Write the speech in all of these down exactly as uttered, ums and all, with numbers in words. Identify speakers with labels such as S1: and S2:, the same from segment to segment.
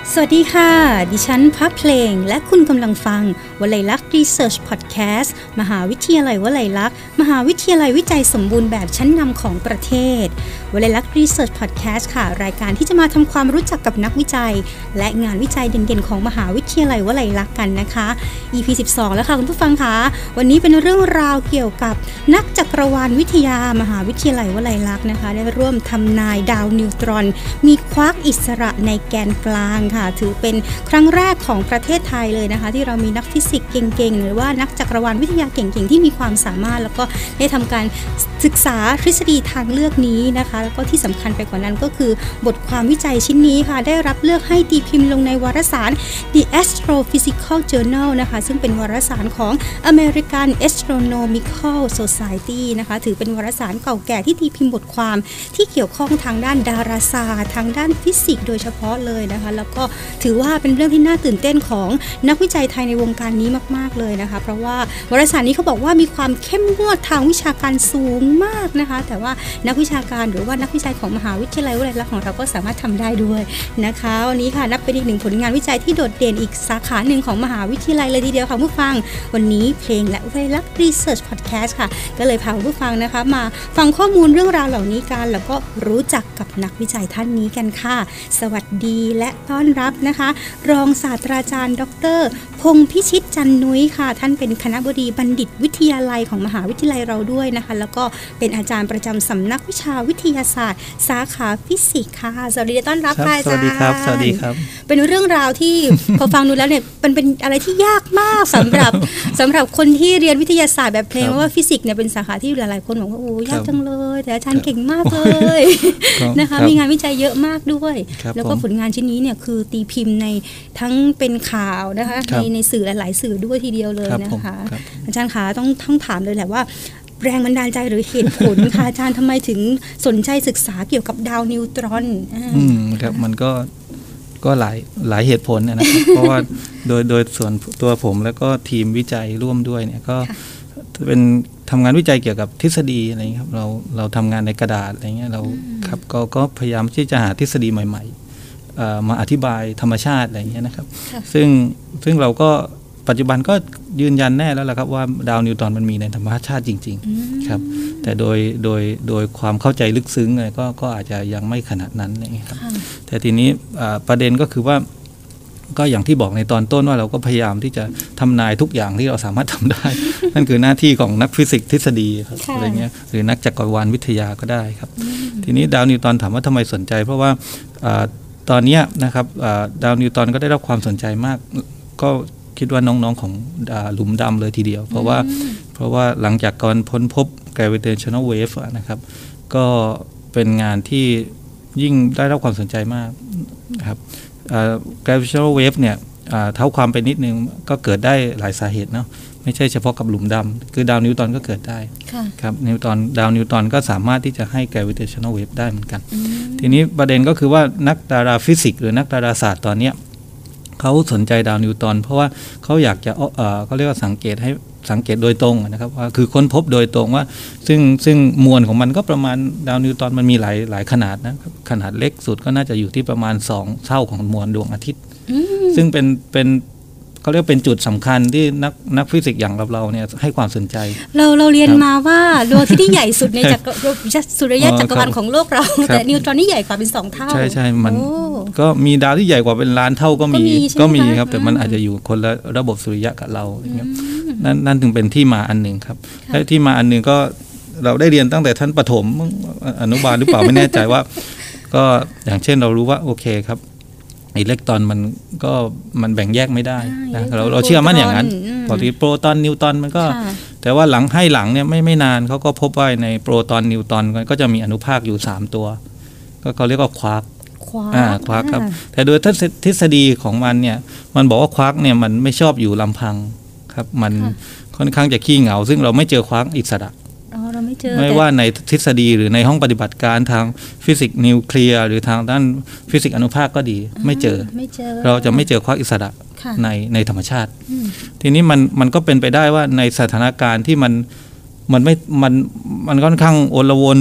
S1: สวัสดีค่ะดิฉันพักเพลงและคุณกำลังฟังวลัยลักษณ์รีเสิร์ชพอดแคสต์มหาวิทยาลัยวลัยลักษณ์มหาวิทยาลัยวิจัยสมบูรณ์แบบชั้นนำของประเทศวลัยลักษณ์รีเสิร์ชพอดแคสต์ค่ะรายการที่จะมาทำความรู้จักกับนักวิจัยและงานวิจัยเด่นๆของมหาวิทยาลัยวลัยลักษณ์กันนะคะ อี พี สิบสองแล้วค่ะคุณผู้ฟังคะวันนี้เป็นเรื่องราวเกี่ยวกับนักจักรวาลวิทยามหาวิทยาลัยวลัยลักษณ์นะคะได้ร่วมทำนายดาวนิวตรอนมีควาร์กอิสระในแกนกลางค่ะถือเป็นครั้งแรกของประเทศไทยเลยนะคะที่เรามีนักฟิสิกส์เก่งๆหรือว่านักจักรวาลวิทยาเก่งๆที่มีความสามารถแล้วก็ได้ทำการศึกษาทฤษฎีทางเลือกนี้นะคะแล้วก็ที่สำคัญไปกว่านั้นก็คือบทความวิจัยชิ้นนี้ค่ะได้รับเลือกให้ตีพิมพ์ลงในวารสาร The Astrophysical Journal นะคะซึ่งเป็นวารสารของ American Astronomical Society นะคะถือเป็นวารสารเก่าแก่ที่ตีพิมพ์บทความที่เกี่ยวข้องทางด้านดาราศาสตร์ทางด้านฟิสิกส์โดยเฉพาะเลยนะคะแล้วก็ถือว่าเป็นเรื่องที่น่าตื่นเต้นของนักวิจัยไทยในวงการนี้มากๆเลยนะคะเพราะว่าวารสารนี้เขาบอกว่ามีความเข้มงวดทางวิชาการสูงมากนะคะแต่ว่านักวิชาการหรือว่านักวิจัยของมหาวิทยาลัยวลัยลักษณ์ของเราก็สามารถทำได้ด้วยนะคะวันนี้ค่ะนับเป็นอีกหนึ่งผลงานวิจัยที่โดดเด่นอีกสาขาหนึ่งของมหาวิทยาลัยเลยทีเดียวค่ะผู้ฟังวันนี้เพลงและวลัยลักษณ์รีเสิร์ชพอดแคสต์ค่ะก็เลยพาผู้ฟังนะคะมาฟังข้อมูลเรื่องราวเหล่านี้กันแล้วก็รู้จักกับนักวิจัยท่านนี้กันค่ะสวัสดีและต้อนรับนะคะรองศาสตราจารย์ดร.พงษ์พิชิตจันนุ้ยค่ะท่านเป็นคณบดีบัณฑิตวิทยาลัยของมหาวิทยาลัยเราด้วยนะคะแล้วก็เป็นอาจารย์ประจำสำนักวิชาวิทยาศาสตร์สาขาฟิสิกส์ค่ะสวัสดีต้อนรับค่ะอาจารย์
S2: สวัสดีครับสวัสดีครับ
S1: เป็นเรื่องราวที่ พอฟังดูแล้วเนี่ยมันเป็นอะไรที่ยากมากสำหรับสำหรับคนที่เรียนวิทยาศาสตร์แบบเพลงว่าฟิสิกส์เนี่ยเป็นสาขาที่หลายๆคนบอกว่าโอ้ยากจังเลยแต่อาจารย์เก่งมากเลยนะคะมีงานวิจัยเยอะมากด้วยแล้วก็ผลงานชิ้นนี้เนี่ยคือตีพิมพ์ในทั้งเป็นข่าวนะคะในในสื่อหลายๆสื่อด้วยทีเดียวเลยนะคะอาจารย์คะต้องต้องถามเลยแหละว่าแรงบันดาลใจหรือเหตุผลค่ะอาจารย์ทำไมถึงสนใจศึกษาเกี่ยวกับดาวนิวตรอน
S2: อืมครับมันก็ก็หลายหลายเหตุผลนะครับ เพราะว่าโดยโดยส่วนตัวผมแล้วก็ทีมวิจัยร่วมด้วยเนี่ยก็เป็นทำงานวิจัยเกี่ยวกับทฤษฎีอะไรครับเราเราทำงานในกระดาษอะไรเงี้ยเราครับก็ก็พยายามที่จะหาทฤษฎีใหม่ๆมาอธิบายธรรมชาติอะไรเงี้ยนะครับซึ่งซึ่งเราก็ปัจจุบันก็ยืนยันแน่แล้วล่ะครับว่าดาวนิวตรอนมันมีในธรรมชาติจริงๆครับแต่โดยโดยโดยความเข้าใจลึกซึ้งอะไรก็ก็อาจจะยังไม่ขนาดนั้นนะครับแต่ทีนี้ประเด็นก็คือว่าก็อย่างที่บอกในตอนต้นว่าเราก็พยายามที่จะทำนายทุกอย่างที่เราสามารถทำได้ นั่นคือหน้าที่ของนักฟิสิกส์ทฤษฎีครับอะไรเงี้ยหรือนักจักรวาลวิทยาก็ได้ครับทีนี้ดาวนิวตรอนถามว่าทำไมสนใจเพราะว่าตอนนี้นะครับดาวนิวตรอนก็ได้รับความสนใจมากก็คิดว่าน้องๆของหลุมดำเลยทีเดียวเพราะว่าเพราะว่าหลังจากการพ้นพบ gravitational wave นะครับก็เป็นงานที่ยิ่งได้รับความสนใจมากนะครับ gravitational wave เนี่ยเท่าความไปนิดนึงก็เกิดได้หลายสาเหตุเนาะไม่ใช่เฉพาะกับหลุมดำคือดาวนิวตรอนก็เกิดได้ครับนิวตรอนดาวนิวตรอนก็สามารถที่จะให้ gravitational wave ได้เหมือนกันทีนี้ประเด็นก็คือว่านักดาราฟิสิกส์หรือนักดาราศาสตร์ตอนนี้เขาสนใจดาวนิวตรอนเพราะว่าเขาอยากจะเอ่อเขาเรียกว่าสังเกตให้สังเกตโดยตรงนะครับว่าคือค้นพบโดยตรงว่าซึ่งซึ่งมวลของมันก็ประมาณดาวนิวตรอนมันมีหลายหลายขนาดนะครับขนาดเล็กสุดก็น่าจะอยู่ที่ประมาณสองเท่าของมวลดวงอาทิตย์ซึ่งเป็นเป็นเขาเรียกเป็นจุดสำคัญที่นักนักฟิสิกส์อย่างเราเนี่ยให้ความสนใจ
S1: เราเราเรียนมาว่าดวงอาทิตย์ที่ใหญ่สุดในจักรสุริยะจักรวาลของโลกเราแต่นิวตรอนนี่ใหญ่กว่าเป็นสองเท่า
S2: ใช่ใช่มันก็มีดาวที่ใหญ่กว่าเป็นล้านเท่าก็มีก็มีครับแต่มันอาจจะอยู่คนละระบบสุริยะกับเรานั่นนั่นถึงเป็นที่มาอันหนึ่งครับและที่มาอันหนึ่งก็เราได้เรียนตั้งแต่ท่านประถมอนุบาลหรือเปล่าไม่แน่ใจว่าก็อย่างเช่นเรารู้ว่าโอเคครับอิเล็กตรอนมันก็มันแบ่งแยกไม่ได้นะเราเราเชื่อมั่นอย่างนั้นปกติโปรตอนนิวตรอนมันก็แต่ว่าหลังให้หลังเนี่ยไม่ไม่นานเขาก็พบว่าในโปรตอนนิวตรอนก็จะมีอนุภาคอยู่สามตัวก็เขาเรียกว่าควาร์กอ่าควาร์กครับแต่โดยทฤษฎีของมันเนี่ยมันบอกว่าควาร์กเนี่ยมันไม่ชอบอยู่ลำพังครับมันค่อนข้างจะขี้เหงาซึ่งเราไม่เจอควาร์กอิสระไม่, ไม่ว่าในทฤษฎีหรือในห้องปฏิบัติการทางฟิสิกส์นิวเคลียร์หรือทางด้านฟิสิกส์อนุภาคก็ดีไม่เจอเราจะไม่เจอควาร์กอิสระในในธรรมชาติทีนี้มันมันก็เป็นไปได้ว่าในสถานการณ์ที่มันมันไม่มันมันค่อนข้างโอลวนหรือ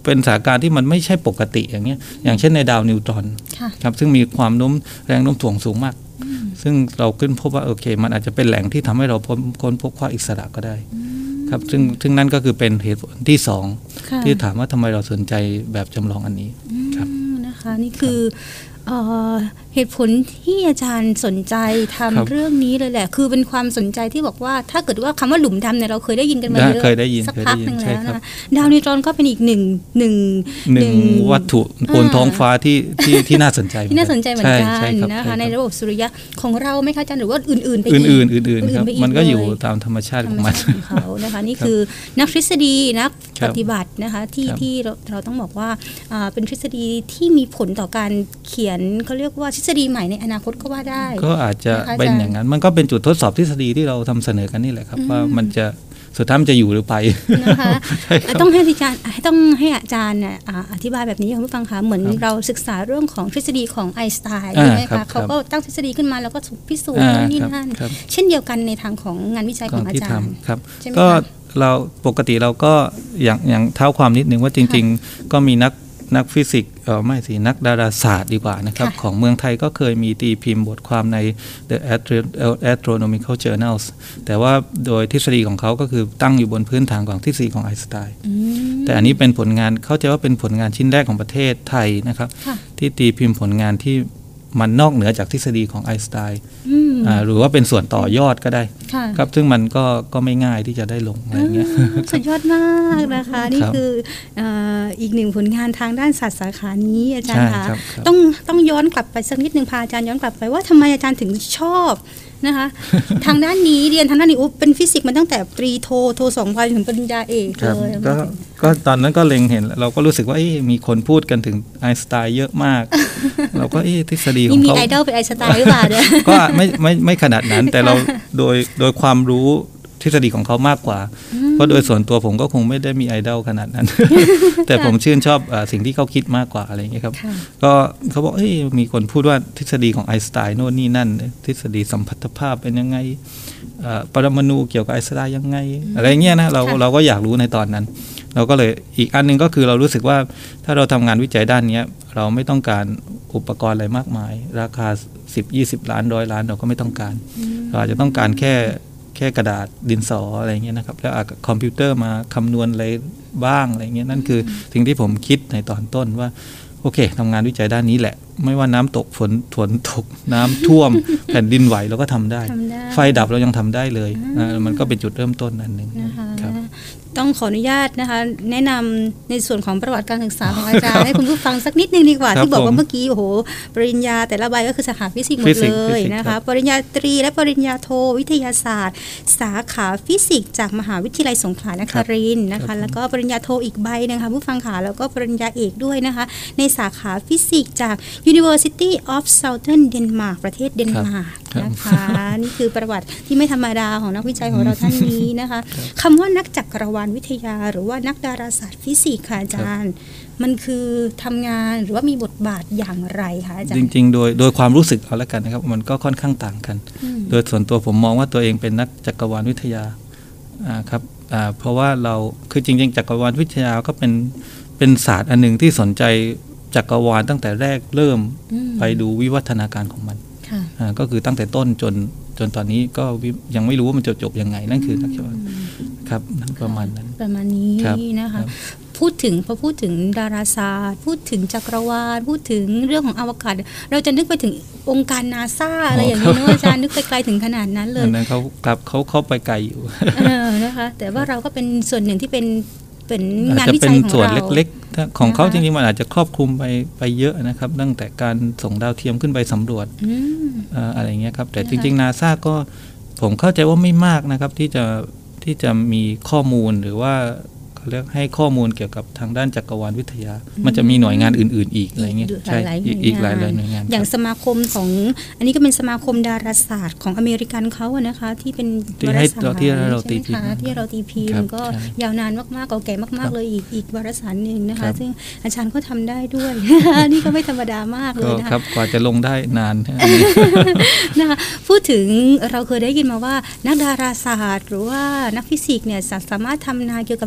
S2: เป็นสถานการณ์ที่มันไม่ใช่ปกติอย่างเงี้ยอย่างเช่นในดาวนิวตรอนครับซึ่งมีความโน้มแรงโน้มถ่วงสูงมากซึ่งเราขึ้นพบว่าโอเคมันอาจจะเป็นแหล่งที่ทำให้เราค้นพบความอิสระก็ได้ครับซึ่งซึ่งนั่นก็คือเป็นเหตุผลที่สองที่ถามว่าทำไมเราสนใจแบบจำลองอันนี้ครับ
S1: นะคะนี่คือเหตุผลที่อาจารย์สนใจทำเรื่องนี้เลยแหละคือเป็นความสนใจที่บอกว่าถ้าเกิดว่าคำว่าหลุมดำเนี่ยเราเคยได้ยินกันมาเยอะสักพักหนึ่งแล้วนะดาวนิวตรอนก็เป็นอีกหนึ่งหนึ่ง
S2: หนึ่งวัตถุบนท้องฟ้าที่ที่ที่น่าสนใจ
S1: ที่น่าสนใจเหมือนกันนะคะในระบบสุริยะของเราไหมคะอาจารย์หรือว่าอื่นๆไปอีก
S2: อื่นๆอื่นๆครับมันก็อยู่ตามธรรมชาติของมัน
S1: เขานะคะนี่คือนักทฤษฎีนักปฏิบัตินะคะที่ที่เราต้องบอกว่าเป็นทฤษฎีที่มีผลต่อการเขียนเขาเรียกว่าทฤษฎีใหม่ในอนาคตก็ว่าได้
S2: ก็อาจจะเป็นอย่างนั้นมันก็เป็นจุดทดสอบทฤษฎีที่เราทำเสนอกันนี่แหละครับว่ามันจะสุดท้ายมันจะอยู่หรือไป
S1: นะคะต้องให้อาจารย์ต้องให้อาจารย์อธิบายแบบนี้คุณผู้ฟังคะเหมือนเราศึกษาเรื่องของทฤษฎีของไอน์สไตน์ใช่ไหมคะเขาก็ตั้งทฤษฎีขึ้นมาแล้วก็พิสูจน์นู่นนี่นั่นเช่นเดียวกันในทางของงานวิจัยของอาจารย์
S2: ครับก็เราปกติเราก็อย่างอย่างเท้าความนิดนึงว่าจริงๆก็มีนักนักฟิสิกส์เออไม่สินักดาราศาสตร์ดีกว่านะครับของเมืองไทยก็เคยมีตีพิมพ์บทความใน The Astronomical Journals แต่ว่าโดยทฤษฎีของเขาก็คือตั้งอยู่บนพื้นฐานของทฤษฎีของไอน์สไตน์แต่อันนี้เป็นผลงานเข้าใจว่าเป็นผลงานชิ้นแรกของประเทศไทยนะครับที่ตีพิมพ์ผลงานที่มันนอกเหนือจากทฤษฎีของไอน์สไตน์หรือว่าเป็นส่วนต่อยอดก็ได้ครับซึ่งมันก็ก็ไม่ง่ายที่จะได้ลงอะไรเงี้ย
S1: สุดยอดมากนะคะนี่คืออีกหนึ่งผลงานทางด้านศาสตร์สาขานี้อาจารย์คะต้องต้องย้อนกลับไปสักนิดนึงพาอาจารย์ย้อนกลับไปว่าทำไมอาจารย์ถึงชอบนะคะทางด้านนี้เรียนทางด้านนี้เป็นฟิสิกส์มาตั้งแต่ปรีโทโทสองไปถึงปริญญาเอกเลย
S2: ก็ก็ตอนนั้นก็เล็งเห็นเราก็รู้สึกว่ามีคนพูดกันถึงไอน์สไตน์เยอะมากเราก็ทฤษฎีของเขา
S1: มีไอดอลเป็นไอน์สไตน์หรือเปล่าเนี่ย
S2: ก็ไม่ไม่ไม่ขนาดนั้นแต่เราโดยโดยความรู้ทฤษฎีของเขามากกว่าเพราะโดยส่วนตัวผมก็คงไม่ได้มีไอดอลขนาดนั้น แต่ผมชื่นชอบสิ่งที่เขาคิดมากกว่าอะไรอย่างเงี้ยครับก็เขาบอกเอ้ยมีคนพูดว่าทฤษฎีของไอน์สไตน์โน่นนี่นั่นทฤษฎีสัมพัทธภาพเป็นยังไงปรมาณูเกี่ยวกับไอน์สไตน์ยังไงอะไรเงี้ยนะเราเราก็อยากรู้ในตอนนั้นเราก็เลยอีกอันนึงก็คือเรารู้สึกว่าถ้าเราทำงานวิจัยด้านนี้เราไม่ต้องการอุปกรณ์อะไรมากมายราคาสิบ ยี่สิบล้านร้อยล้านเราก็ไม่ต้องการเราอาจจะต้องการแค่แค่กระดาษดินสออะไรเงี้ยนะครับแล้วเอาคอมพิวเตอร์มาคำนวณอะไรบ้างอะไรเงี้ยนั่นคือสิ่งที่ผมคิดในตอนต้นว่าโอเคทำงานวิจัยด้านนี้แหละไม่ว่าน้ำตกฝนฝนตกน้ำท่วม แผ่นดินไหวเราก็ทำได้ไฟดับเรายังทำได้เลยนะมันก็เป็นจุดเริ่มต้นอันหนึ่งครับ
S1: ต้องขออนุญาตนะคะแนะนำในส่วนของประวัติการศึกษาของอาจารย์ให้คุณผู้ฟังสักนิดนึงดีกว่าที่บอกว่าเมื่อกี้โอ้โหปริญญาแต่ละใบก็คือสาขาฟิสิกส์หมดเลยนะคะปริญญาตรีและปริญญาโทวิทยาศาสตร์สาขาฟิสิกส์จากมหาวิทยาลัยสงขลานครินทร์นะคะแล้วก็ปริญญาโทอีกใบนะคะผู้ฟังขาแล้วก็ปริญญาเอกด้วยนะคะในสาขาฟิสิกส์จาก University of Southern Denmark ประเทศเดนมาร์กนะคะนี่คือประวัติที่ไม่ธรรมดาของนักวิจัยของเราท่านนี้นะคะคำว่านักจักรวาลวิทยาหรือว่านักดาราศาสตร์ฟิสิกส์ค่ะอาจารย์มันคือทำงานหรือว่ามีบทบาทอย่างไรคะอาจารย์
S2: จริงๆโดยโดยความรู้สึกเอาละกันนะครับมันก็ค่อนข้างต่างกันโดยส่วนตัวผมมองว่าตัวเองเป็นนักจักรวาลวิทยาครับเพราะว่าเราคือจริงๆจักรวาลวิทยาก็เป็นเป็นศาสตร์อันหนึ่งที่สนใจจักรวาลตั้งแต่แรกเริ่มไปดูวิวัฒนาการของมันก็คือตั้งแต่ต้นจนจนตอนนี้ก็ยังไม่รู้ว่ามันจะจบยังไงนั่นคือนักจักรวาลครับประมาณนั้น
S1: ประมาณนี้นะคะพูดถึงพอพูดถึงดาราศาสตร์พูดถึงจักรวาลพูดถึงเรื่องของอวกาศเราจะนึกไปถึงองค์การนาซาอะไรอย่างนี้นะอาจารย์นึกไปไกลถึงขนาดนั้นเลย
S2: นั้นเขาครับเขาเข้าไปไกลอยู่
S1: นะคะแต่ว่าเราก็เป็นส่วนหนึ่งที่เป็นเป็นงานวิจัยของเรา
S2: ส่วนเล็กๆของเขาจริงๆมันอาจจะครอบคลุมไปไปเยอะนะครับตั้งแต่การส่งดาวเทียมขึ้นไปสำรวจอะไรเงี้ยครับแต่จริงๆนาซาก็ผมเข้าใจว่าไม่มากนะครับที่จะที่จะมีข้อมูลหรือว่าเรียกให้ข้อมูลเกี่ยวกับทางด้านจักรวาลวิทยามันจะมีหน่วยงานอื่นๆอีกอะไรเงี้ยใช่อีกหลายหน่วยงาน
S1: อย่างสมาคมของอันนี้ก็เป็นสมาคมดาราศาสตร์ของอเมริกันเขาอะนะคะที่เป็น
S2: วารสารที่เราตีพิมพ์
S1: ที่เราตีพิมพ์ก็ยาวนานมากๆเก่าแก่มากๆเลยอีกอีกวารสารนึงนะคะซึ่งอาจารย์ก็ทำได้ด้วยนี่ก็ไม่ธรรมดามากเลยนะคะ
S2: ครับกว่าจะลงได้นาน
S1: นะคะพูดถึงเราเคยได้ยินมาว่านักดาราศาสตร์หรือว่านักฟิสิกส์เนี่ยสามารถทำนายเกี่ยวกับดินฟ้า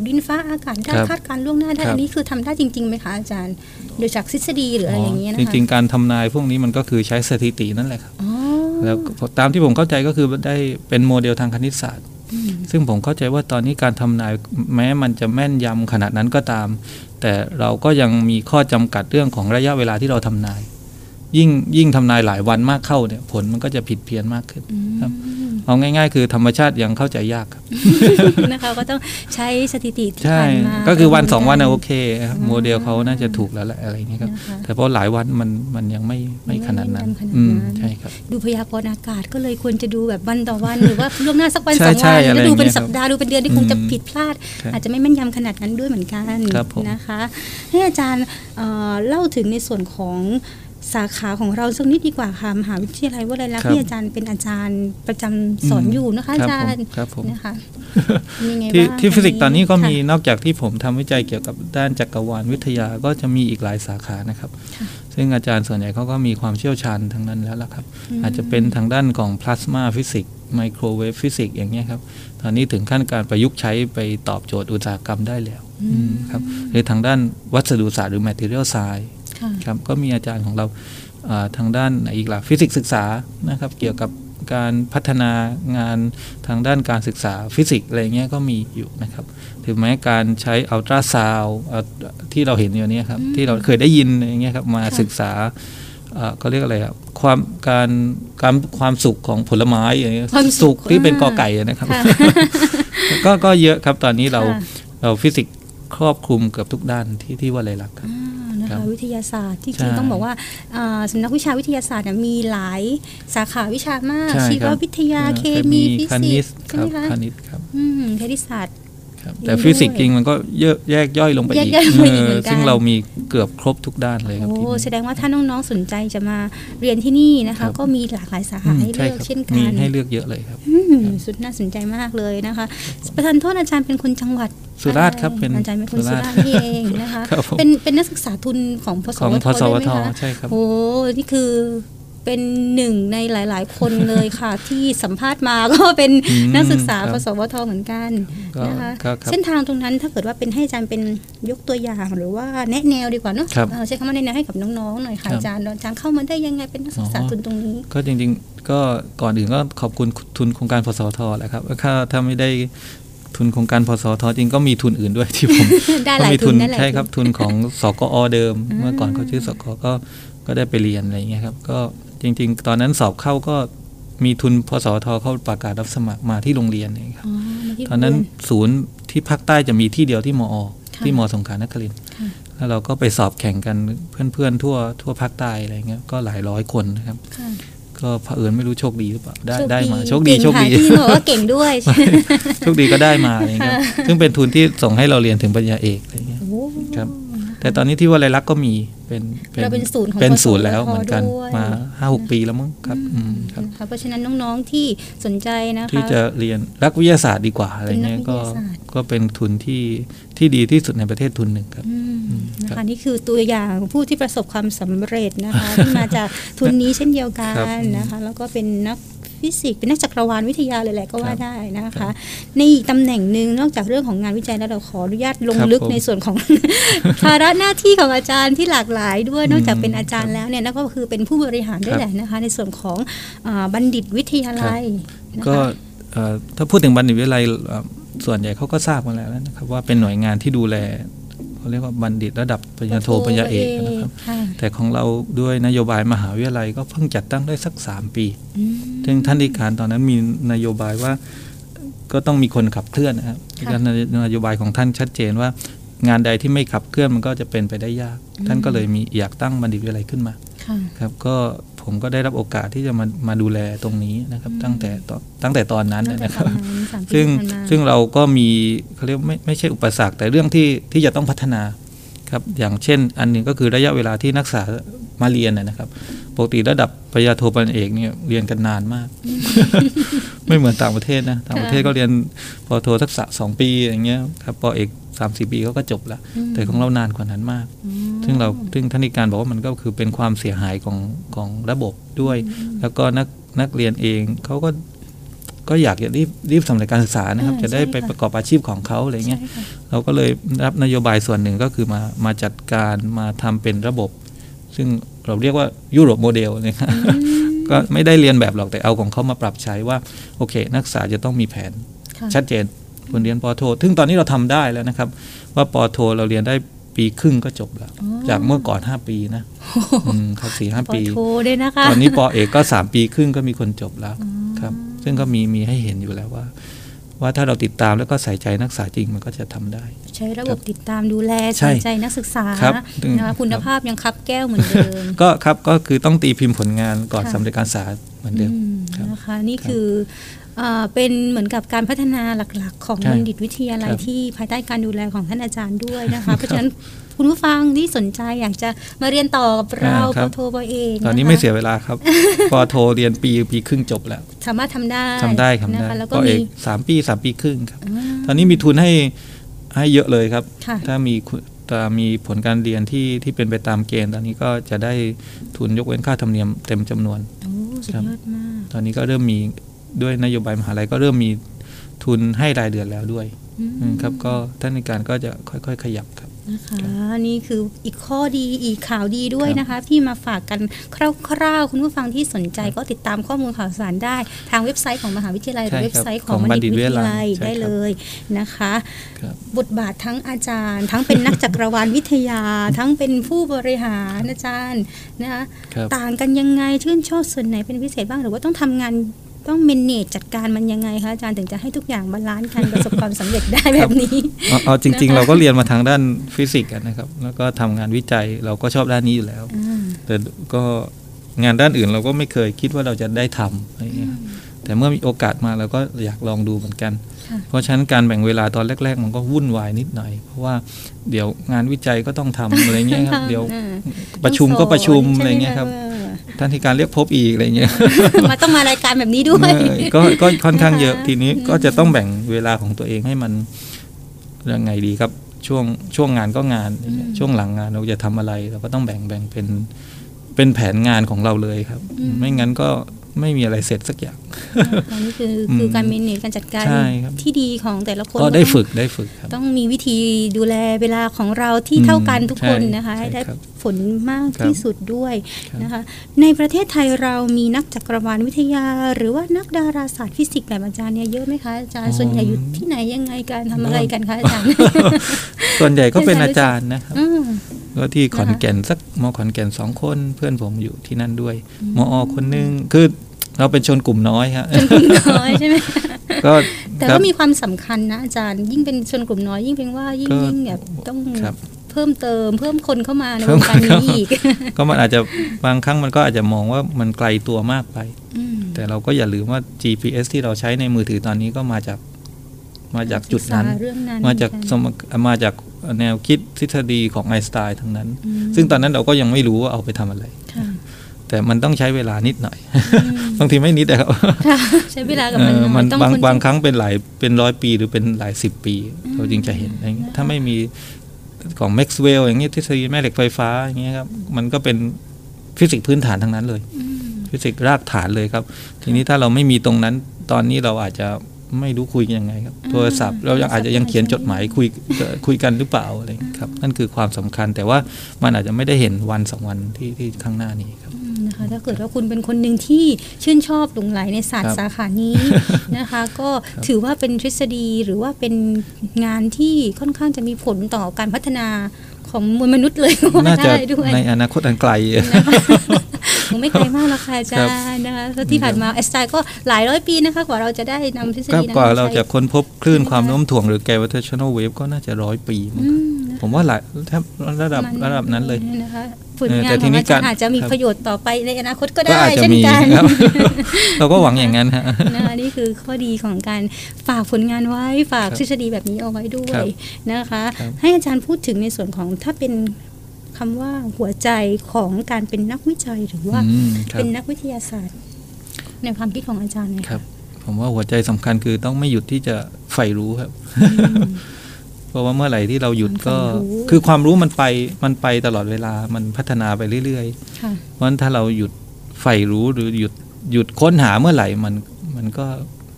S1: อากาศได้คาดการณ์ล่วงหน้าได้อันนี้คือทำได้จริงๆไหมคะอาจารย์โดยจากทฤษฎีหรืออะไรอย่างเงี้ยนะคะ
S2: จริงๆการทำนายพวกนี้มันก็คือใช้สถิตินั่นแหละครับแล้วตามที่ผมเข้าใจก็คือได้เป็นโมเดลทางคณิตศาสตร์ซึ่งผมเข้าใจว่าตอนนี้การทำนายแม้มันจะแม่นยำขนาดนั้นก็ตามแต่เราก็ยังมีข้อจำกัดเรื่องของระยะเวลาที่เราทำนายยิ่งยิ่งทำนายหลายวันมากเข้าเนี่ยผลมันก็จะผิดเพี้ยนมากขึ้นครับเอาง่ายๆคือธรรมชาติยังเข้าใจยากครับ
S1: นะคะก็ต้องใช้สถิติที่
S2: ผ่านมาก็คือวันสองวันนะโอเคโมเดลเขาน่าจะถูกแล้วแหละอะไรอย่างเงี้ยครับแต่เพราะหลายวันมันมันยังไม่ไม่ขนาดนั้นใช่ครับ
S1: ดูพยากรณ์อากาศก็เลยควรจะดูแบบวันต่อวันหรือว่าล่วงหน้าสักวันสองวันแล้วดูเป็นสัปดาห์ดูเป็นเดือนที่คงจะผิดพลาดอาจจะไม่แม่นยำขนาดนั้นด้วยเหมือนกันนะคะให้อาจารย์เล่าถึงในส่วนของสาขาของเราสักนิดดีกว่าค่ะมหาวิทยาลัยวลัยลักษณ์ที่อาจารย์เป็นอาจารย์ประจำสอนอยู่นะคะอาจารย์นะคะ
S2: ที่ที่ฟิสิกส์ตอนนี้ก็มีนอกจากที่ผมทำวิจัยเกี่ยวกับด้านจักรวาลวิทยาก็จะมีอีกหลายสาขานะครับซึ่งอาจารย์ส่วนใหญ่เขาก็มีความเชี่ยวชาญทั้งนั้นแล้วล่ะครับอาจจะเป็นทางด้านของพลาสมาฟิสิกส์ไมโครเวฟฟิสิกส์อย่างเงี้ยครับตอนนี้ถึงขั้นการประยุกต์ใช้ไปตอบโจทย์อุตสาหกรรมได้แล้วครับหรือทางด้านวัสดุศาสตร์หรือ material scienceครับก็มีอาจารย์ของเราทางด้านอีกหลายฟิสิกส์ศึกษานะครับเกี่ยวกับการพัฒนางานทางด้านการศึกษาฟิสิกส์อะไรเงี้ยก็มีอยู่นะครับถึงแม้การใช้อัลตราซาวด์ที่เราเห็นอยู่นี้ครับที่เราเคยได้ยินอย่างเงี้ยครับมาศึกษาก็เรียกอะไรครับความการการความสุขของผลไม้อย่างเงี้ยสุขที่เป็นกอไก่นะครับก็ก็เยอะครับตอนนี้เราเราฟิสิกส์ครอบคลุมเกือบทุกด้านที่ที่วลัยลักษณ์ครับ
S1: นะคะวิทยาศาสตร์ที่จริงต้องบอกว่าสำนักวิชาวิทยาศาสตร์มีหลายสาขาวิชามากชีววิทยาเคมีฟิสิกส์ใช่ไหมคะ
S2: คณิตครับ
S1: คณิตศาสตร์
S2: แต่ฟิสิกส์จริงมันก็เยอะแยกย่อยลงไปอีกซึ่งเรามีเกือบครบทุกด้านเลยครับ
S1: โอ้แสดงว่าถ้าน้องๆสนใจจะมาเรียนที่นี่นะคะก็มีหลากหลายสาขาให้เลือกเช่นกัน
S2: มีให้เลือกเยอะเลยครับ
S1: สุดน่าสนใจมากเลยนะคะประธานโทษอาจารย์เป็นคนจังหวัด
S2: สุราษฎร์ครับเป็น
S1: อาจารย์เป็นคนสุราษฎร์นี่เองนะคะเป็นเป็นนักศึกษาทุนของพสวทได้ไหมคะ
S2: ใช่ครับ
S1: โอ้นี่คือเป็นหนึ่งในหลายๆคนเลยค่ะที่สัมภาษณ์มาก็เป็นนักศึกษาพสวทเหมือนกันนะคะเส้นทางตรงนั้นถ้าเกิดว่าเป็นให้อาจารย์เป็นยกตัวอย่างหรือว่าแนะแนวดีกว่าเนาะใช้คำว่าแนะแนวให้กับน้องๆหน่อยค่ะอาจารย์อาจารย์เข้ามาได้ยังไงเป็นนักศึกษาทุนตรงนี้
S2: ก็จริงๆก็ก่อนอื่นก็ขอบคุณทุนโครงการพสวทแหละครับถ้าถ้าไม่ได้ทุนโครงการพสวทจริงก็มีทุนอื่นด้วยที่ผม
S1: ก็มีทุน
S2: ใช่ครับทุนของสกอเดิมเมื่อก่อนเขาชื่อสกอก็ก็ได้ไปเรียนอะไรอย่างเงี้ยครับก็จริงๆตอนนั้นสอบเข้าก็มีทุนพสวทเขาประกาศรับสมัครมาที่โรงเรียนเองครับตอนนั้นศูนย์ที่ภาคใต้จะมีที่เดียวที่มอที่มสงขลานครินทร์แล้วเราก็ไปสอบแข่งกันเพื่อนๆทั่วทั่วภาคใต้อะไรเงี้ยก็หลายร้อยคนนะครับก็เผอิญไม่รู้โชคดีหรือเปล่าได้ได้มาโชคดีโชคดี
S1: ที่บอกว่าเก่งด้วย
S2: โชคดีก็ได้มาอะไรเงี้ยซึ่งเป็นทุนที่ส่งให้เราเรียนถึงปริญญาเอกอะไรเงี้ยครับแต่ตอนนี้ที่วลัยลักษณ์ก็มีเป็น
S1: เป็นศูนย์ของ
S2: เป็นศูนย์แล้วเหมือนกันมา ห้าหก ปีแล้วมั้งครับ
S1: ครับเพราะฉะนั้นน้องๆที่สนใจนะคะ
S2: ที่จะเรียนรักวิทยาศาสตร์ดีกว่าอะไรเงี้ยก็ก็เป็นทุนที่ที่ดีที่สุดในประเทศทุนหนึ่งครับ
S1: นะคะนี่คือตัวอย่างผู้ที่ประสบความสำเร็จนะคะที่มาจากทุนนี้เช่นเดียวกันนะคะแล้วก็เป็นนักฟิสิกส์เป็นนักจักรวาลวิทยาเลยแหละก็ว่าได้นะคะในอีกตำแหน่งหนึ่งนอกจากเรื่องของงานวิจัยแล้วเราขออนุญาตลงลึกในส่วนของภาระหน้าที่ของอาจารย์ที่หลากหลายด้วยนอกจากเป็นอาจารย์แล้วเนี่ยนั่นก็คือเป็นผู้บริหารด้วยแหละนะคะในส่วนของบัณฑิตวิทยาลัย
S2: ก็ถ้าพูดถึงบัณฑิตวิทยาลัยส่วนใหญ่เขาก็ทราบมาแล้วนะครับว่าเป็นหน่วยงานที่ดูแลเขาเรียกว่าบัณฑิตระดับปริญญาโทปริญญาเอกนะครับแต่ของเราด้วยนโยบายมหาวิทยาลัยก็เพิ่งจัดตั้งได้สักสามปีซึ่งท่านฎีการตอนนั้นมีนโยบายว่าก็ต้องมีคนขับเคลื่อนนะครับนโยบายของท่านชัดเจนว่างานใดที่ไม่ขับเคลื่อนมันก็จะเป็นไปได้ยากท่านก็เลยมีอยากตั้งบัณฑิตวิทยาลัยขึ้นมาครับก็ผมก็ได้รับโอกาสที่จะมามาดูแลตรงนี้นะครับตั้งแต่ตั้งแต่ตอนนั้นนะครับซึ่งซึ่งเราก็มีเขาเรียกไม่ไม่ใช่อุปสรรคแต่เรื่องที่ที่จะต้องพัฒนาครับอย่างเช่นอันหนึ่งก็คือระยะเวลาที่นักศึกษามาเรียนนะครับปกติระดับปริญญาโทปริญญาเอกเนี่ยเรียนกันนานมาก ไม่เหมือนต่างประเทศนะต่างประเทศก็เรียนปโททักษะสองปีอย่างเงี้ยครับปเอกสามสี่ปีเขาก็จบแล้วแต่ของเรานานกว่านั้นมากซึ่งเราซึ่งท่านฎีการบอกว่ามันก็คือเป็นความเสียหายของของระบบด้วยแล้วก็นักนักเรียนเองเขาก็ก็อยากจะรีบรีบสำเร็จการศึกษานะครับจะได้ไปประกอบอาชีพของเขาอะไรเงี้ยเราก็เลยรับนโยบายส่วนหนึ่งก็คือมามาจัดการมาทำเป็นระบบซึ่งเราเรียกว่ายุโรปโมเดลนะครับก็ไม่ได้เรียนแบบหรอกแต่เอาของเขามาปรับใช้ว่าโอเคนักศึกษาจะต้องมีแผนชัดเจนคนเรียนปอโทซึ่งตอนนี้เราทำได้แล้วนะครับว่าปอโทเราเรียนได้ปีครึ่งก็จบแล้วจากเมื่อก่อนห้าปีนะครับสี่ห้าปีตอนนี้ปอเอกก็สามปีครึ่งก็มีคนจบแล้วครับซึ่งก็มีมีให้เห็นอยู่แล้วว่าว่าถ้าเราติดตามแล้วก็ใส่ใจนักศึกษาจริงมันก็จะทำได้
S1: ใช้ระบบติดตามดูแลใส่ใจนักศึกษานะคะคุณภาพยังคับแก้วเหมือนเดิม
S2: ก็ครับก็คือต้องตีพิมพ์ผลงานก่อนสำเร็จการศึกษาเหมือนเดิม
S1: นะคะนี่คือเป็นเหมือนกับการพัฒนาหลักๆของบัณฑิตวิทยาลัยที่ภายใต้การดูแลของท่านอาจารย์ด้วยนะคะเพราะฉะนั้นคุณผู้ฟังที่สนใจอยากจะมาเรียนต่อกับเราปอโทปอเอก
S2: ตอนนี้ไม่เสียเวลาครับปอโทเรียนปีปีครึ่งจบแล้ว
S1: สามารถทำได้
S2: ทำได้ครับได้ปอเอกสามปีสามปีครึ่งครับตอนนี้มีทุนให้ให้เยอะเลยครับถ้ามีมีผลการเรียนที่ที่เป็นไปตามเกณฑ์ตอนนี้ก็จะได้ทุนยกเว้นค่าธรรมเนียมเต็มจำนวน
S1: สุดยอดมาก
S2: ตอนนี้ก็เริ่มมีด้วยนโยบายมหาลัยก็เริ่มมีทุนให้รายเดือนแล้วด้วยครับก็ท่านในการก็จะค่อยๆขยับครับ
S1: นะคะนี่คืออีกข้อดีอีกข่าวดีด้วยนะคะที่มาฝากกันคร่าวๆคุณผู้ฟังที่สนใจก็ติดตามข้อมูลข่าวสารได้ทางเว็บไซต์ของมหาวิทยาลัยหรือเว็บไซต์ของบัณฑิตวิทยาลัยได้เลยนะคะบทบาททั้งอาจารย์ทั้งเป็นนักจักรวาลวิทยาทั้งเป็นผู้บริหารอาจารย์นะคะต่างกันยังไงชื่นชอบส่วนไหนเป็นพิเศษบ้างหรือว่าต้องทำงานต้องเมเนจจัดการมันยังไงคะอาจารย์ถึงจะให้ทุกอย่างบาลานซ์กันประสบความสำเร็จได้แบบนี้
S2: เอาจริงๆเราก็เรียนมาทางด้านฟิสิกส์นะครับแล้วก็ทำงานวิจัยเราก็ชอบด้านนี้อยู่แล้วแต่ก็งานด้านอื่นเราก็ไม่เคยคิดว่าเราจะได้ทำอะไรเงี้ยแต่เมื่อมีโอกาสมาเราก็อยากลองดูเหมือนกันเพราะฉะนั้นการแบ่งเวลาตอนแรกๆมันก็วุ่นวายนิดหน่อยเพราะว่าเดี๋ยวงานวิจัยก็ต้องทำอะไรเงี้ยครับเดี๋ยวประชุมก็ประชุมอะไรเงี้ยครับท่านที่การเรียกพบอีกอะไรเงี้ย
S1: มาต้องมารายการแบบนี้ด้วย
S2: ก็ก็ค่อนข้างเยอะทีนี้ก็จะต้องแบ่งเวลาของตัวเองให้มันยังไงดีครับช่วงช่วงงานก็งานช่วงหลังงานเราจะทำอะไรเราก็ต้องแบ่งแบ่งเป็นเป็นแผนงานของเราเลยครับไม่งั้นก็ไม่มีอะไรเสร็จสักอย่าง
S1: อันนี้คือคือการเมเนจการจัดการที่ดีของแต่ละคน
S2: ก็ได้ฝึกได้ฝึกครับ
S1: ต้องมีวิธีดูแลเวลาของเราที่เท่ากันทุกคนนะคะให้ได้ผลมากที่สุดด้วยนะคะในประเทศไทยเรามีนักจักรวาลวิทยาหรือว่านักดาราศาสตร์ฟิสิกส์แบบอาจารย์เนี่ยเยอะไหมคะอาจารย์ส่วนใหญ่อยู่ที่ไหนยังไงการทำอะไรกันคะอาจารย์
S2: ส่วนใหญ่ก็เป็นอาจารย์นะครับก็ที่ขอนแก่นสักมอขอนแก่นสองคนเพื่อนผมอยู่ที่นั่นด้วยมอคนนึงคือเราเป็นชนกลุ่มน้อยครับ
S1: ชนกลุ่มน้อยใช่ไหมก็แต่ก็มีความสำคัญนะอาจารย์ยิ่งเป็นชนกลุ่มน้อยยิ่งเป็นว่ายิ่งยิ่งแบบต้องเพิ่มเติมเพิ่มคนเข้ามาในวงการนี้อีก
S2: ก็มันอาจจะบางครั้งมันก็อาจจะมองว่ามันไกลตัวมากไปแต่เราก็อย่าลืมว่า จี พี เอส ที่เราใช้ในมือถือตอนนี้ก็มาจากมาจากจุดนั้นมาจากมาจากแนวคิดทฤษฎีของไอน์สไตน์ทั้งนั้นซึ่งตอนนั้นเราก็ยังไม่รู้ว่าเอาไปทำอะไรแต่มันต้องใช้เวลานิดหน่อยบางทีไม่นิดแต่ครับ
S1: ใช้เวลากับมัน
S2: มันบางบางครั้งเป็นหลายเป็นร้อยปีหรือเป็นหลายสิบปีเราจึงจะเห็นถ้าไม่มีของแม็กซ์เวลล์อย่างนี้ทฤษฎีแม่เหล็กไฟฟ้าอย่างเงี้ยครับมันก็เป็นฟิสิกส์พื้นฐานทั้งนั้นเลยฟิสิกส์รากฐานเลยครับทีนี้ถ้าเราไม่มีตรงนั้นตอนนี้เราอาจจะไม่รู้คุยกันยังไงครับโทรศัพท์เรายังอาจจะยังเขียนจดหมายคุยคุยกันหรือเปล่าอะไรครับนั่นคือความสำคัญแต่ว่ามันอาจจะไม่ได้เห็นวันสองวันที่ที่ข้างหน้านี้ครับ
S1: นะคะถ้าเกิดว่าคุณเป็นคนหนึ่งที่ชื่นชอบหลงไหลในศาสตร์สาขานี้นะคะก็ถือว่าเป็นทฤษฎีหรือว่าเป็นงานที่ค่อนข้างจะมีผลต่อการพัฒนาของมวลมนุษย์เลย
S2: น่าจะในอนาคตอันไกล
S1: คงไม่ไกลมากหรอกค่ะอาจารย์นะคะที่ผ่านมาไอน์สไตน์ก็หลายร้อยปีนะคะกว่าเราจะได้นำทฤษฎีนั้น
S2: กว่าเราจะค้นพบคลื่นความโน้มถ่วงหรือ gravitational wave ก็น่าจะร้อยปีผมว่าหลายแทบระดับระดับนั้นเลย
S1: นะคะผลงานของอาจารย์อาจจะมีประโยชน์ต่อไปในอนาคตก็ได้เช่นกัน
S2: เราก็หวังอย่างนั้นฮะ
S1: นะคะนี่คือข้อดีของการฝากผลงานไว้ฝากทฤษฎีแบบนี้เอาไว้ด้วยนะคะให้อาจารย์พูดถึงในส่วนของถ้าเป็นคำว่าหัวใจของการเป็นนักวิจัยหรือว่าเป็นนักวิทยาศาสตร์ในความคิดของอาจารย์นะครับ
S2: ผมว่าหัวใจสำคัญคือต้องไม่หยุดที่จะใฝ่รู้ครับเพราะว่าเมื่อไหร่ที่เราหยุดก็คือความรู้มันไปมันไปตลอดเวลามันพัฒนาไปเรื่อยๆเพราะฉะนั้นถ้าเราหยุดใฝ่รู้หรือหยุดหยุดค้นหาเมื่อไหร่มันมันก็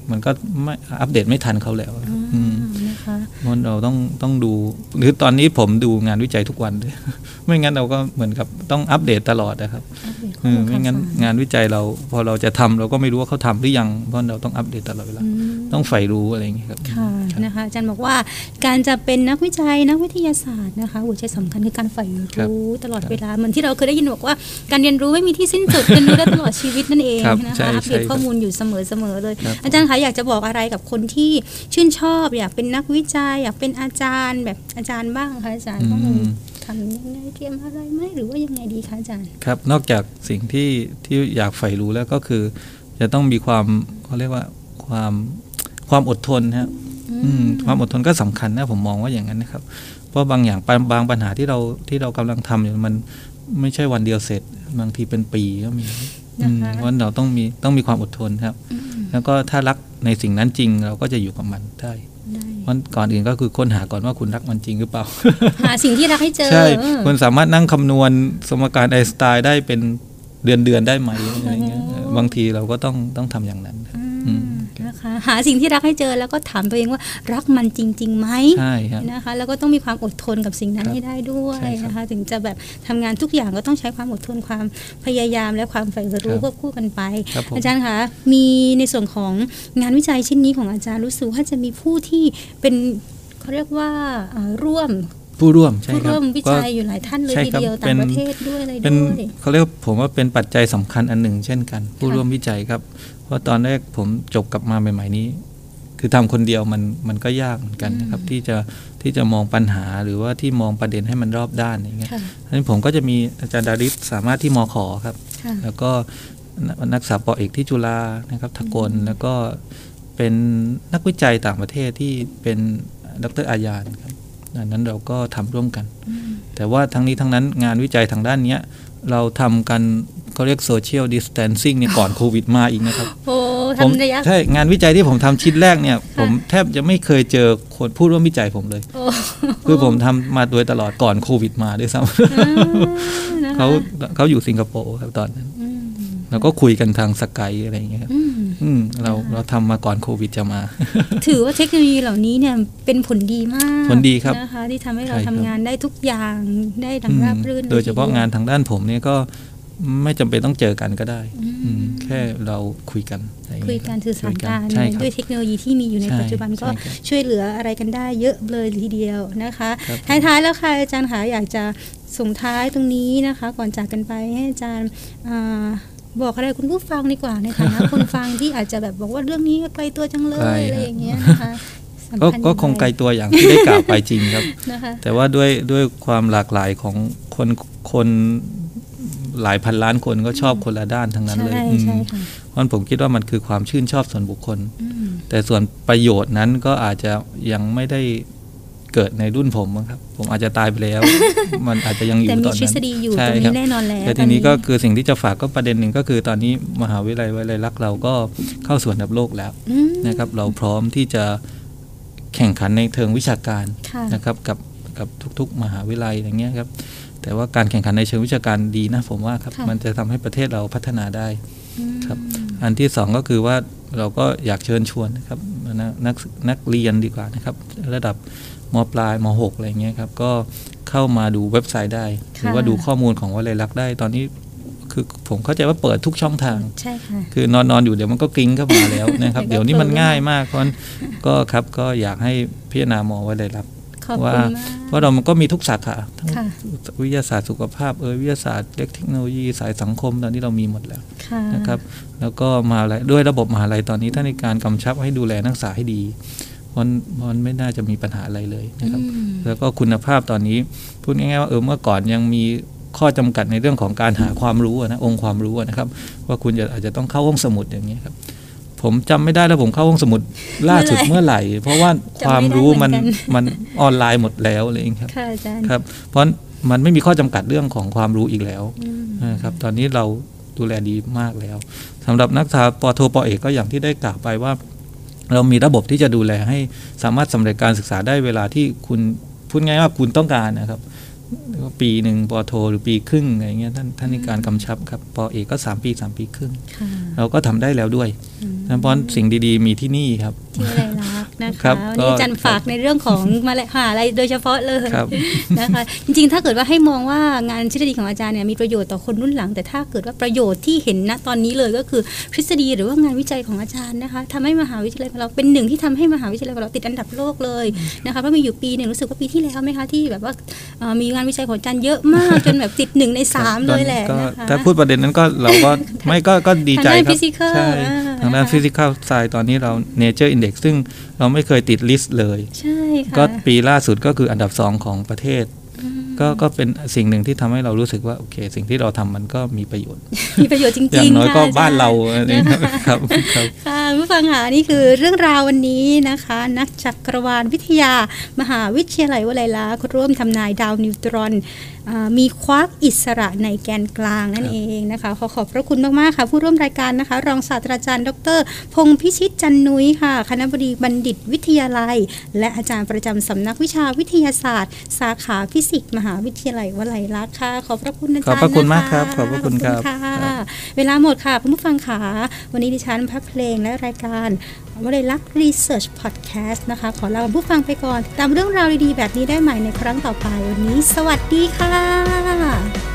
S2: มันก็ไม่อัปเดตไม่ทันเขาแล้ว
S1: นะคะ
S2: เพราะเราต้องต้องดูหรือตอนนี้ผมดูงานวิจัยทุกวันเลยไม่งั้นเราก็เหมือนกับต้องอัปเดตตลอดนะครับไม่งั้นงานวิจัยเราพอเราจะทำเราก็ไม่รู้ว่าเขาทำหรือยังเพราะเราต้องอัปเดตตลอดเวลาต้องใฝ่รู้อะไรอย่างเงี้ยครับ
S1: ค่ะนะคะอาจารย์บอกว่าการจะเป็นนักวิจัยนักวิทยาศาสตร์นะคะหัวใจสำคัญคือการใฝ่รู้ตลอดเวลาเหมือนที่เราเคยได้ยินบอกว่าการเรียนรู้ไม่มีที่สิ้นสุดเรียนรู้ได้ตลอดชีวิตนั่นเองนะคะอัปเดตข้อมูลอยู่เสมอๆเลยอาจารย์คะอยากจะบอกอะไรกับคนที่ชื่นชอบอยากเป็นนักวิจัยอยากเป็นอาจารย์แบบอาจารย์บ้างคะอาจารย์ต้องทำยังไงเตรียมอะไรไหมหรือว่ายังไงดีคะอาจารย์
S2: ครับนอกจากสิ่งที่ที่อยากใฝ่รู้แล้วก็คือจะต้องมีความเขาเรียกว่าความความอดทนครับความอดทนก็สำคัญนะผมมองว่าอย่างนั้นนะครับเพราะบางอย่างบางปัญหาที่เราที่เรากำลังทำอยู่มันไม่ใช่วันเดียวเสร็จบางทีเป็นปีก็มีเพราะเราต้องมีต้องมีความอดทนครับแล้วก็ถ้ารักในสิ่งนั้นจริงเราก็จะอยู่กับมันได้เพราะก่อนอื่นก็คือค้นหาก่อนว่าคุณรักมันจริงหรือเปล่า
S1: หาสิ่งที่รักให้เจอ
S2: ใช่คุณสามารถนั่งคำนวณสมการไอน์สไตน์ได้เป็นเดือนเดือนได้ไหมอะไรเงี้ยบางทีเราก็ต้องต้องทำอย่างนั้น
S1: นะคะหาสิ่งที่รักให้เจอแล้วก็ถามตัวเองว่ารักมันจริงๆไหม
S2: ใช่ครับ
S1: นะคะแล้วก็ต้องมีความอดทนกับสิ่งนั้นให้ได้ด้วยนะคะถึงจะแบบทำงานทุกอย่างก็ต้องใช้ความอดทนความพยายามและความใฝ่รู้ควบคู่กันไปอาจารย์คะมีในส่วนของงานวิจัยชิ้นนี้ของอาจารย์รู้สึกว่าจะมีผู้ที่เป็นเขาเรียกว่าร่วม
S2: ผู้ร่วมใช่ครับ
S1: ผู้ร่วมวิจัยอยู่หลายท่านเลยทีเดียวต่างประเทศด้วยอะไรด้วย
S2: เขาเรียกผมว่าเป็นปัจจัยสำคัญอันหนึ่งเช่นกันผู้ร่วมวิจัยครับเพราะตอนแรกผมจบกลับมาใหม่ๆนี้คือทำคนเดียวมันมันก็ยากเหมือนกันนะครับที่จะที่จะมองปัญหาหรือว่าที่มองประเด็นให้มันรอบด้านอย่างเงี้ยดังนั้นผมก็จะมีอาจารย์ดาริศสามารถที่มข.ครับแล้วก็นักศึกษาป.เอกที่จุฬานะครับทกลแล้วก็เป็นนักวิจัยต่างประเทศที่เป็นดร.อาญาครับดังนั้นเราก็ทำร่วมกันแต่ว่าทั้งนี้ทั้งนั้นงานวิจัยทางด้านนี้เราทำกันเขาเรียกโซเชียลดิสแทนซิ่งเนี่ยก่อนโควิดมาอีกนะครับ
S1: โอ้ทำระยะ
S2: ใช่งานวิจัยที่ผมทำชิ้นแรกเนี่ยผมแทบจะไม่เคยเจอคนพูดร่วมวิจัยผมเลยคือผมทำมาโดยตลอดก่อนโควิดมาด้วยซ้ำเขาเขาอยู่สิงคโปร์ครับตอนนั้นแล้วก็คุยกันทางสกายอะไรอย่างเงี้ยครับเราเราทำมาก่อนโควิดจะมา
S1: ถือว่าเทคโนโลยีเหล่านี้เนี่ยเป็นผลดีมาก
S2: ผลดีครับ
S1: นะคะที่ทำให้เราทำงานได้ทุกอย่างได้ดังราบรื่น
S2: โดยเฉพาะงานทางด้านผมเนี่ยก็ไม่จำเป็นต้องเจอกันก็ได้แค่เราคุยกัน
S1: คุยกันสื่อสารกันด้วยเทคโนโลยีที่มีอยู่ในปัจจุบันก็ช่วยเหลืออะไรกันได้เยอะเลยทีเดียวนะคะท้ายๆแล้วค่ะอาจารย์คะอยากจะส่งท้ายตรงนี้นะคะก่อนจากกันไปให้อาจารย์บอกอะไรคุณผู้ฟังดีกว่าในฐานะคนฟังที่อาจจะแบบบอกว่าเรื่องนี้ไกลตัวจังเลยอะไรอย่างเงี้ยนะคะ
S2: ก็คงไกลตัวอย่างที่ได้กล่าวไปจริงครับแต่ว่าด้วยด้วยความหลากหลายของคนคนหลายพันล้านคนก็ชอบคนละด้านทั้งนั้นเลยเพราะผมคิดว่ามันคือความชื่นชอบส่วนบุคคลแต่ส่วนประโยชน์นั้นก็อาจจะยังไม่ได้เกิดในรุ่นผมครับผมอาจจะตายไปแล้วมันอาจจะยังอยู่ตอนนั้นแต่มีทฤษฎีอยู่ตรงนี้แน่นอนแล้วแต่ทีนี้ก็คือสิ่งที่จะฝากก็ประเด็นหนึ่งก็คือตอนนี้มหาวิทยาลัยวลัยลักษณ์เราก็เข้าสู่อันดับโลกแล้วนะครับเราพร้อมที่จะแข่งขันในเชิงวิชาการนะครับกับกับทุกๆมหาวิทยาลัยอย่างเงี้ยครับแต่ว่าการแข่งขันในเชิงวิชาการดีนะผมว่าครับมันจะทำให้ประเทศเราพัฒนาได้ครับอันที่สองก็คือว่าเราก็อยากเชิญชวนนะครับนักนักเรียนดีกว่านะครับระดับม.ปลายม.หกอะไรเงี้ยครับก็เข้ามาดูเว็บไซต์ได้หรือว่าดูข้อมูลของวลัยลักษณ์ได้ตอนนี้คือผมเข้าใจว่าเปิดทุกช่องทาง
S1: ใช่ค่ะ
S2: คือนอนนอนอยู่เดี๋ยวมันก็กริ้งเข้ามาแล้วนะครับ เดี๋ยวนี้มันง่ายมากเพราะก็ครับก็อยากให้พิจารณามองวลัยลักษณ์ว่าว่าเรามันก็มีทุกสาขาทั้งวิทยาศาสตร์สุขภาพเออวิทยาศาสตร์เทคโนโลยีสายสังคมตอนนี้เรามีหมดแล้วนะครับแล้วก็มาด้วยระบบมหาลัยตอนนี้ถ้าในการกำชับให้ดูแลนักศึกษาให้ดีมันมันไม่น่าจะมีปัญหาอะไรเลยนะครับแล้วก็คุณภาพตอนนี้พูดง่ายๆว่าเออเมื่อก่อนยังมีข้อจำกัดในเรื่องของการหาความรู้นะองค์ความรู้นะครับว่าคุณจะอาจจะต้องเข้าห้องสมุดอย่างนี้ครับผมจำไม่ได้แล้วผมเข้าห้องสมุดล่าสุดเมื่อไหร่เพราะว่าความรู้มันมันออนไลน์หมดแล้วเลยครับครับเพราะมันไม่มีข้อจำกัดเรื่องของความรู้อีกแล้วนะครับตอนนี้เราดูแลดีมากแล้วสำหรับนักศึกษาป.โทป.เอกก็อย่างที่ได้กล่าวไปว่าเรามีระบบที่จะดูแลให้สามารถสำเร็จการศึกษาได้เวลาที่คุณพูดง่ายว่าคุณต้องการนะครับปีหนึ่งป.โทหรือปีครึ่งอะไรเงี้ยท่านท่านในการกำชับครับป.เอกก็สามปีสามปีครึ่งเราก็ทำได้แล้วด้วยเพราะสิ่งดีๆมีที่นี่ครับ
S1: ที่อะไรลักนะคะวันนี้อาจารย์ฝากในเรื่องของมาหาอะไรโดยเฉพาะเลยนะคะจริงๆถ้าเกิดว่าให้มองว่างานทฤษฎีของอาจารย์เนี่ยมีประโยชน์ต่อคนรุ่นหลังแต่ถ้าเกิดว่าประโยชน์ที่เห็นณตอนนี้เลยก็คือทฤษฎีหรือว่างานวิจัยของอาจารย์นะคะทำให้มหาวิทยาลัยของเราเป็นหนึ่งที่ทำให้มหาวิทยาลัยของเราติดอันดับโลกเลยนะคะเพราะมีอยู่ปีหนึ่งรู้สึกว่าปีที่แล้วไหมคะที่แบบว่ามีงานวิจัยของอาจารย์เยอะมากจนแบบติดหนึ่งในสามเลยแหละนะคะ
S2: ถ้าพูดประเด็นนั้นก็เราก็ไม่ก็ก็ดีใจครับใช่ทางด้าน Physical Science ตอนนี้เรา Nature Index ซึ่งเราไม่เคยติดลิสต์เลย
S1: ใช่ค่ะ
S2: ก็ปีล่าสุดก็คืออันดับสองของประเทศก็ก็เป็นสิ่งหนึ่งที่ทำให้เรารู้สึกว่าโอเคสิ่งที่เราทำมันก็มีประโยชน์
S1: มีประโยชน์จริงๆ
S2: อย่างน้อยก็บ้านเราครับ
S1: ครับค่ะผู้ฟังค่ะนี่คือเรื่องราววันนี้นะคะนักจักรวาลวิทยามหาวิทยาลัยวลัยลักษณ์ร่วมทำนายดาวนิวตรอนมีควักอิสระในแกนกลางนั่นเองนะคะขอขอบพระคุณมากๆค่ะผู้ร่วมรายการนะคะรองศาสตราจารย์ดรพงษ์พิชิตจันนุ้ยค่ะคณบดีบัณฑิตวิทยาลัยและอาจารย์ประจำสำนักวิชาวิทยาศาสตร์สาขาฟิสิกส์มหาวิทยาลัยวลัยลักษณ์ค่ะขอบพระคุณอาจารย์
S2: ขอบพระคุณมากครับขอบพระคุณครับ
S1: เวลาหมดค่ะคุณผู้ฟังค่ะวันนี้ดิฉันพักเพลงและรายการวลัยลักษณ์รีเสิร์ชพอดแคสต์นะคะขอลาผู้ฟังไปก่อนตามเรื่องราวดีๆแบบนี้ได้ใหม่ในครั้งต่อไปวันนี้สวัสดีค่ะ